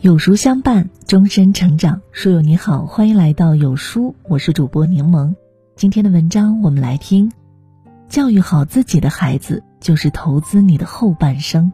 有书相伴，终身成长。书友你好，欢迎来到有书，我是主播柠檬。今天的文章我们来听，教育好自己的孩子，就是投资你的后半生。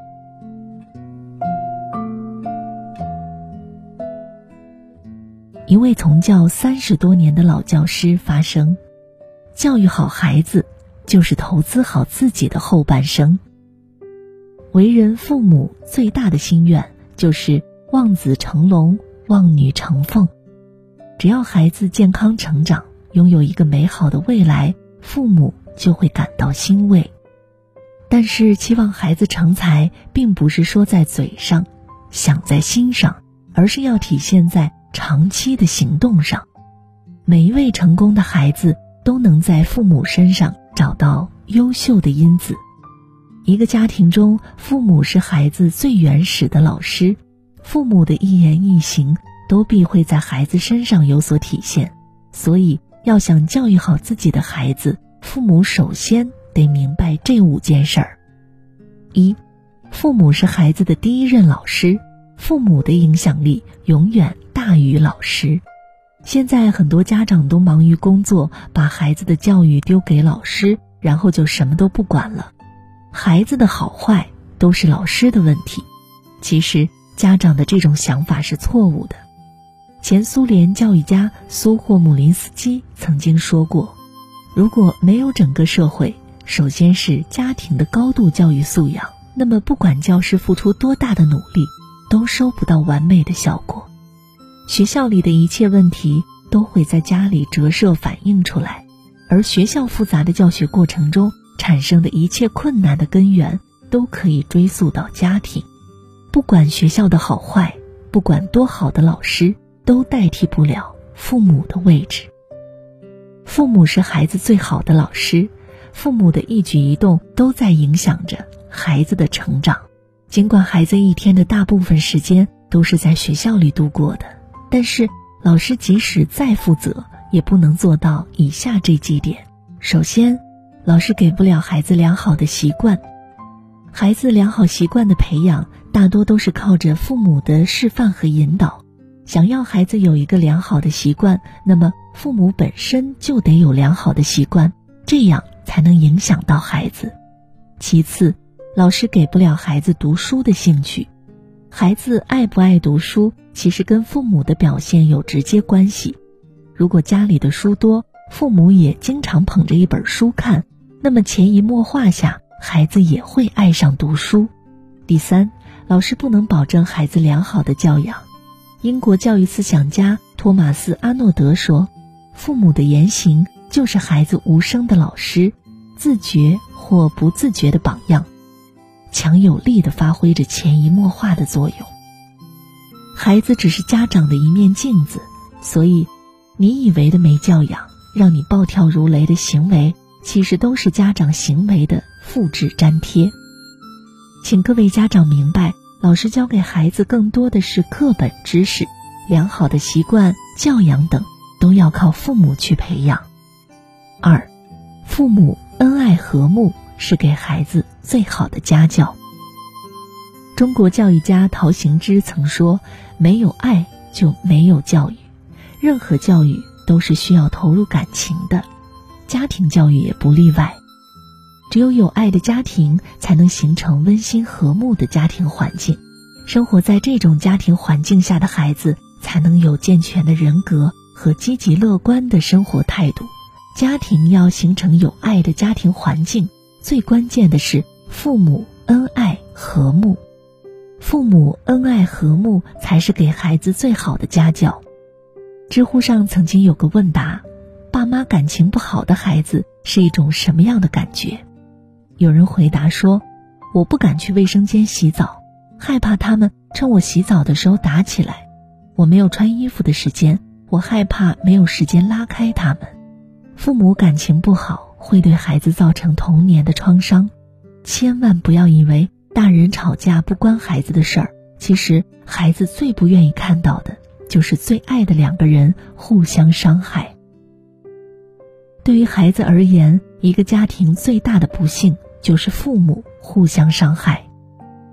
一位从教30多年的老教师发声，教育好孩子，就是投资好自己的后半生。为人父母最大的心愿就是望子成龙，望女成凤。只要孩子健康成长，拥有一个美好的未来，父母就会感到欣慰。但是期望孩子成才，并不是说在嘴上，想在心上，而是要体现在长期的行动上。每一位成功的孩子都能在父母身上找到优秀的因子。一个家庭中，父母是孩子最原始的老师，父母的一言一行都必会在孩子身上有所体现。所以要想教育好自己的孩子，父母首先得明白这5件事儿。1. 父母是孩子的第一任老师，父母的影响力永远大于老师。现在很多家长都忙于工作，把孩子的教育丢给老师，然后就什么都不管了。孩子的好坏都是老师的问题。其实家长的这种想法是错误的。前苏联教育家苏霍姆林斯基曾经说过，如果没有整个社会，首先是家庭的高度教育素养，那么不管教师付出多大的努力，都收不到完美的效果。学校里的一切问题都会在家里折射反映出来，而学校复杂的教学过程中产生的一切困难的根源都可以追溯到家庭。不管学校的好坏，不管多好的老师，都代替不了父母的位置。父母是孩子最好的老师，父母的一举一动都在影响着孩子的成长。尽管孩子一天的大部分时间都是在学校里度过的，但是老师即使再负责，也不能做到以下这几点。首先，老师给不了孩子良好的习惯。孩子良好习惯的培养大多都是靠着父母的示范和引导。想要孩子有一个良好的习惯，那么父母本身就得有良好的习惯，这样才能影响到孩子。其次，老师给不了孩子读书的兴趣。孩子爱不爱读书，其实跟父母的表现有直接关系。如果家里的书多，父母也经常捧着一本书看，那么潜移默化下，孩子也会爱上读书。第三，老师不能保证孩子良好的教养。英国教育思想家托马斯·阿诺德说，父母的言行就是孩子无声的老师，自觉或不自觉的榜样，强有力地发挥着潜移默化的作用。孩子只是家长的一面镜子，所以你以为的没教养，让你暴跳如雷的行为，其实都是家长行为的复制粘贴。请各位家长明白，老师教给孩子更多的是课本知识，良好的习惯、教养等都要靠父母去培养。2. 父母恩爱和睦是给孩子最好的家教。中国教育家陶行知曾说，没有爱就没有教育，任何教育都是需要投入感情的，家庭教育也不例外。只有有爱的家庭，才能形成温馨和睦的家庭环境。生活在这种家庭环境下的孩子，才能有健全的人格和积极乐观的生活态度。家庭要形成有爱的家庭环境，最关键的是父母恩爱和睦。父母恩爱和睦才是给孩子最好的家教。知乎上曾经有个问答，爸妈感情不好的孩子是一种什么样的感觉？有人回答说，我不敢去卫生间洗澡，害怕他们趁我洗澡的时候打起来。我没有穿衣服的时间，我害怕没有时间拉开他们。父母感情不好会对孩子造成童年的创伤。千万不要以为大人吵架不关孩子的事儿，其实孩子最不愿意看到的就是最爱的2个人互相伤害。对于孩子而言，一个家庭最大的不幸就是父母互相伤害。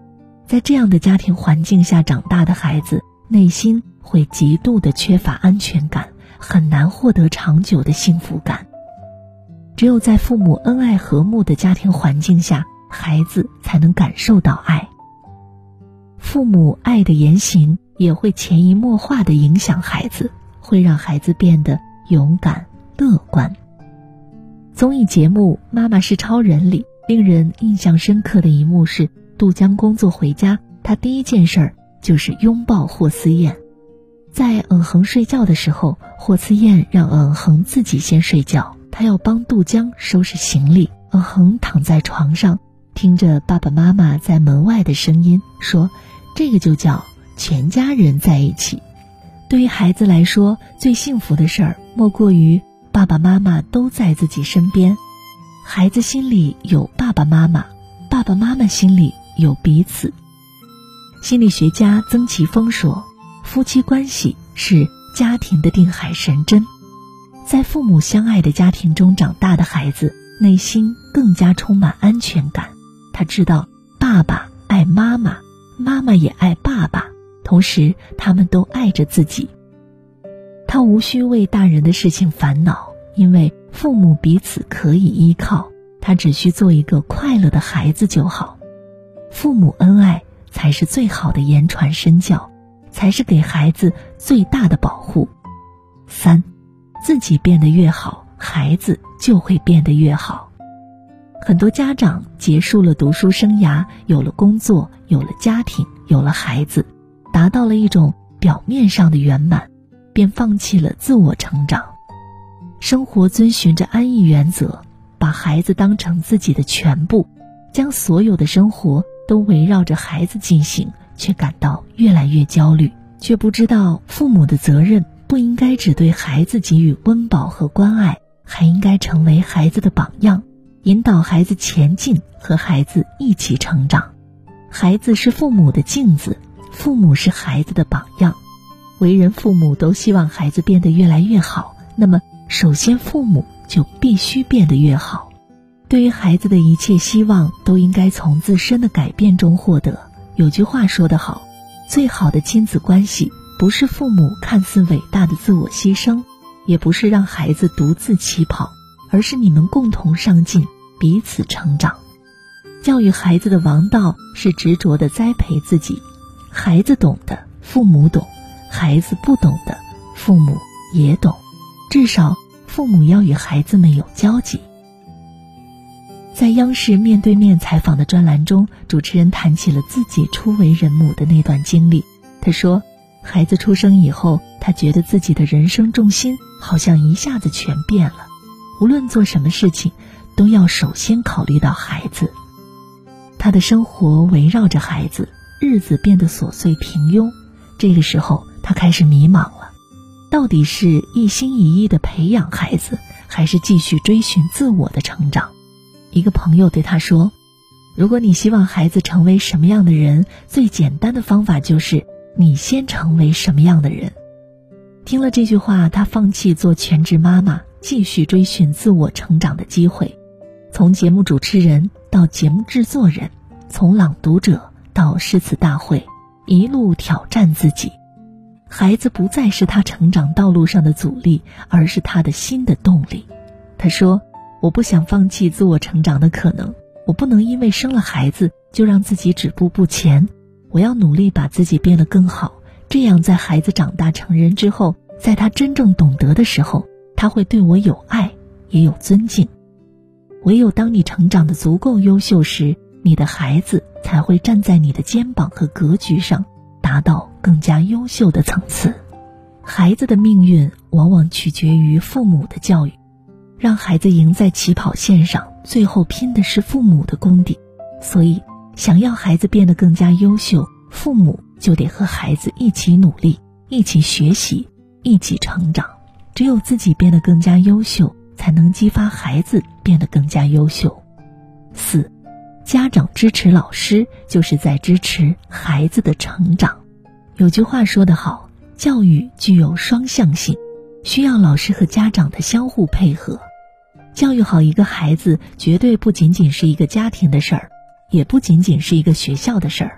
在这样的家庭环境下长大的孩子，内心会极度的缺乏安全感，很难获得长久的幸福感。只有在父母恩爱和睦的家庭环境下，孩子才能感受到爱。父母爱的言行也会潜移默化地影响孩子，会让孩子变得勇敢乐观。综艺节目《妈妈是超人》里，令人印象深刻的一幕是，杜江工作回家，他第一件事就是拥抱霍思燕。在恩恒睡觉的时候，霍思燕让恩恒自己先睡觉，他要帮杜江收拾行李。恩恒躺在床上，听着爸爸妈妈在门外的声音，说这个就叫全家人在一起。对于孩子来说，最幸福的事儿莫过于爸爸妈妈都在自己身边。孩子心里有爸爸妈妈，爸爸妈妈心里有彼此。心理学家曾奇峰说，夫妻关系是家庭的定海神针。在父母相爱的家庭中长大的孩子，内心更加充满安全感。他知道爸爸爱妈妈，妈妈也爱爸爸，同时他们都爱着自己。他无需为大人的事情烦恼，因为父母彼此可以依靠，他只需做一个快乐的孩子就好。父母恩爱才是最好的言传身教，才是给孩子最大的保护。3，自己变得越好，孩子就会变得越好。很多家长结束了读书生涯，有了工作，有了家庭，有了孩子，达到了一种表面上的圆满，便放弃了自我成长。生活遵循着安逸原则，把孩子当成自己的全部，将所有的生活都围绕着孩子进行，却感到越来越焦虑，却不知道父母的责任不应该只对孩子给予温饱和关爱，还应该成为孩子的榜样，引导孩子前进，和孩子一起成长。孩子是父母的镜子，父母是孩子的榜样。为人父母都希望孩子变得越来越好，那么首先父母就必须变得越好。对于孩子的一切希望都应该从自身的改变中获得。有句话说得好，最好的亲子关系不是父母看似伟大的自我牺牲，也不是让孩子独自起跑，而是你们共同上进，彼此成长。教育孩子的王道是执着地栽培自己，孩子懂的父母懂，孩子不懂的父母也懂，至少父母要与孩子们有交集。在央视面对面采访的专栏中，主持人谈起了自己初为人母的那段经历。他说，孩子出生以后，他觉得自己的人生重心好像一下子全变了，无论做什么事情都要首先考虑到孩子。他的生活围绕着孩子，日子变得琐碎平庸。这个时候他开始迷茫了，到底是一心一意地培养孩子，还是继续追寻自我的成长？一个朋友对他说，如果你希望孩子成为什么样的人，最简单的方法就是你先成为什么样的人。听了这句话，他放弃做全职妈妈，继续追寻自我成长的机会。从节目主持人到节目制作人，从朗读者到诗词大会，一路挑战自己。孩子不再是他成长道路上的阻力，而是他的新的动力。他说，我不想放弃自我成长的可能，我不能因为生了孩子就让自己止步不前，我要努力把自己变得更好，这样在孩子长大成人之后，在他真正懂得的时候，他会对我有爱，也有尊敬。唯有当你成长得足够优秀时，你的孩子才会站在你的肩膀和格局上，达到更加优秀的层次。孩子的命运往往取决于父母的教育，让孩子赢在起跑线上，最后拼的是父母的功底。所以想要孩子变得更加优秀，父母就得和孩子一起努力，一起学习，一起成长。只有自己变得更加优秀，才能激发孩子变得更加优秀。4，家长支持老师，就是在支持孩子的成长。有句话说得好，教育具有双向性，需要老师和家长的相互配合。教育好一个孩子，绝对不仅仅是一个家庭的事儿，也不仅仅是一个学校的事儿，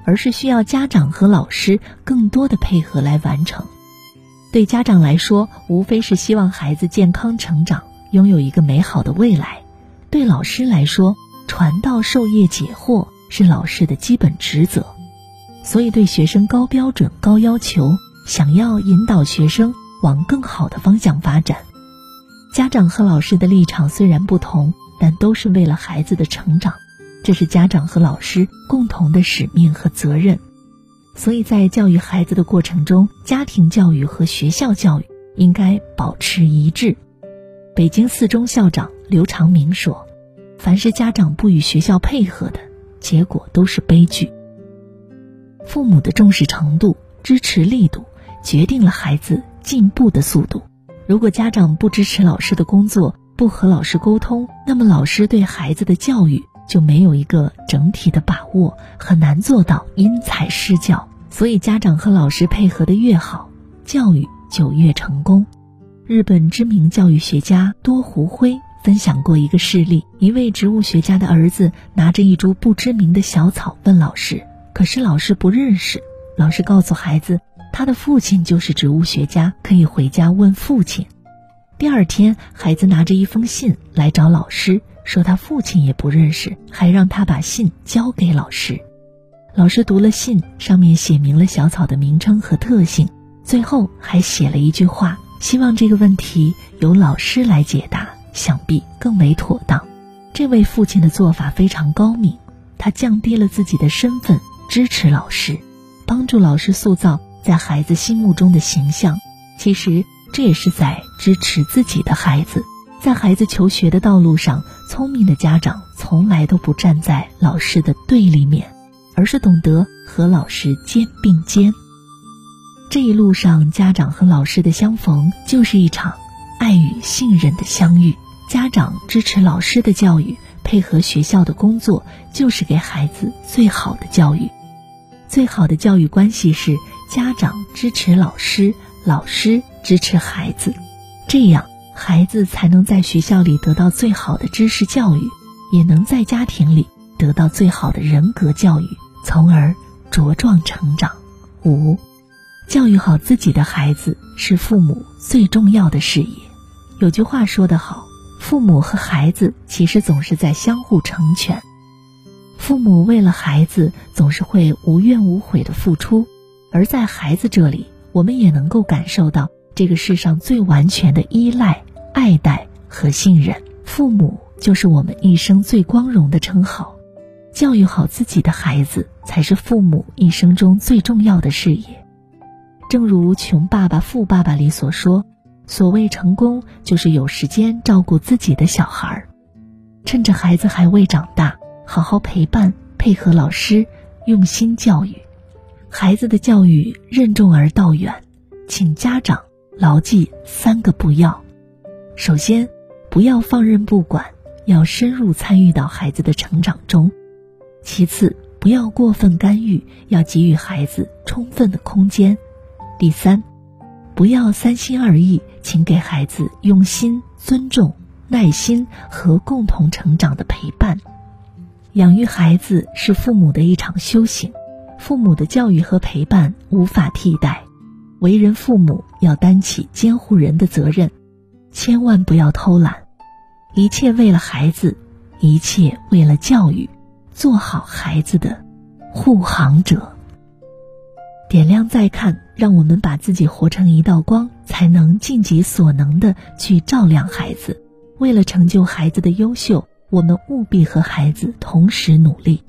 而是需要家长和老师更多的配合来完成。对家长来说，无非是希望孩子健康成长，拥有一个美好的未来；对老师来说，传道授业解惑是老师的基本职责。所以对学生高标准、高要求，想要引导学生往更好的方向发展。家长和老师的立场虽然不同，但都是为了孩子的成长，这是家长和老师共同的使命和责任。所以在教育孩子的过程中，家庭教育和学校教育应该保持一致。北京四中校长刘长明说，凡是家长不与学校配合的，结果都是悲剧。父母的重视程度、支持力度，决定了孩子进步的速度。如果家长不支持老师的工作，不和老师沟通，那么老师对孩子的教育就没有一个整体的把握，很难做到因材施教。所以家长和老师配合的越好，教育就越成功。日本知名教育学家多湖辉分享过一个事例，一位植物学家的儿子拿着一株不知名的小草问老师，可是老师不认识。老师告诉孩子，他的父亲就是植物学家，可以回家问父亲。第二天，孩子拿着一封信来找老师，说他父亲也不认识，还让他把信交给老师。老师读了信，上面写明了小草的名称和特性，最后还写了一句话，希望这个问题由老师来解答，想必更为妥当。这位父亲的做法非常高明，他降低了自己的身份，支持老师，帮助老师塑造在孩子心目中的形象。其实这也是在支持自己的孩子。在孩子求学的道路上，聪明的家长从来都不站在老师的对立面，而是懂得和老师肩并肩。这一路上，家长和老师的相逢就是一场爱与信任的相遇。家长支持老师的教育，配合学校的工作，就是给孩子最好的教育。最好的教育关系是家长支持老师，老师支持孩子，这样孩子才能在学校里得到最好的知识教育，也能在家庭里得到最好的人格教育，从而茁壮成长。5. 教育好自己的孩子是父母最重要的事业。有句话说得好，父母和孩子其实总是在相互成全。父母为了孩子总是会无怨无悔的付出，而在孩子这里，我们也能够感受到这个世上最完全的依赖、爱戴和信任。父母就是我们一生最光荣的称号。教育好自己的孩子才是父母一生中最重要的事业。正如《穷爸爸富爸爸》里所说，所谓成功就是有时间照顾自己的小孩，趁着孩子还未长大，好好陪伴，配合老师，用心教育。孩子的教育任重而道远，请家长牢记3个不要。首先，不要放任不管，要深入参与到孩子的成长中。其次，不要过分干预，要给予孩子充分的空间。第三，不要三心二意，请给孩子用心、尊重、耐心和共同成长的陪伴。养育孩子是父母的一场修行，父母的教育和陪伴无法替代。为人父母要担起监护人的责任，千万不要偷懒。一切为了孩子，一切为了教育，做好孩子的护航者。点亮再看，让我们把自己活成一道光，才能尽己所能的去照亮孩子。为了成就孩子的优秀，我们务必和孩子同时努力。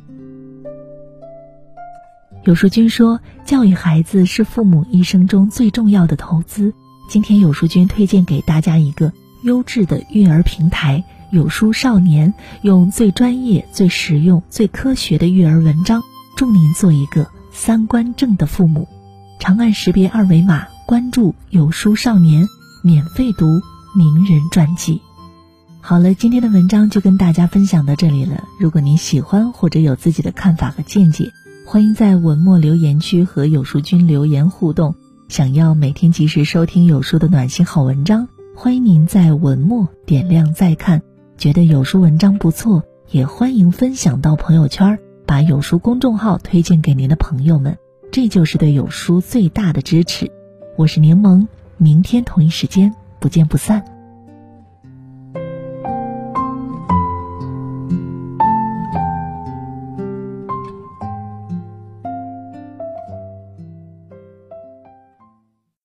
有书君说，教育孩子是父母一生中最重要的投资。今天有书君推荐给大家一个优质的育儿平台有书少年，用最专业、最实用、最科学的育儿文章，助您做一个3观正的父母。长按识别2维码关注有书少年，免费读名人传记。好了，今天的文章就跟大家分享到这里了。如果您喜欢或者有自己的看法和见解，欢迎在文末留言区和有书君留言互动。想要每天及时收听有书的暖心好文章，欢迎您在文末点亮再看。觉得有书文章不错，也欢迎分享到朋友圈， 把有书公众号推荐给您的朋友们，这就是对有书最大的支持。我是柠檬，明天同一时间不见不散。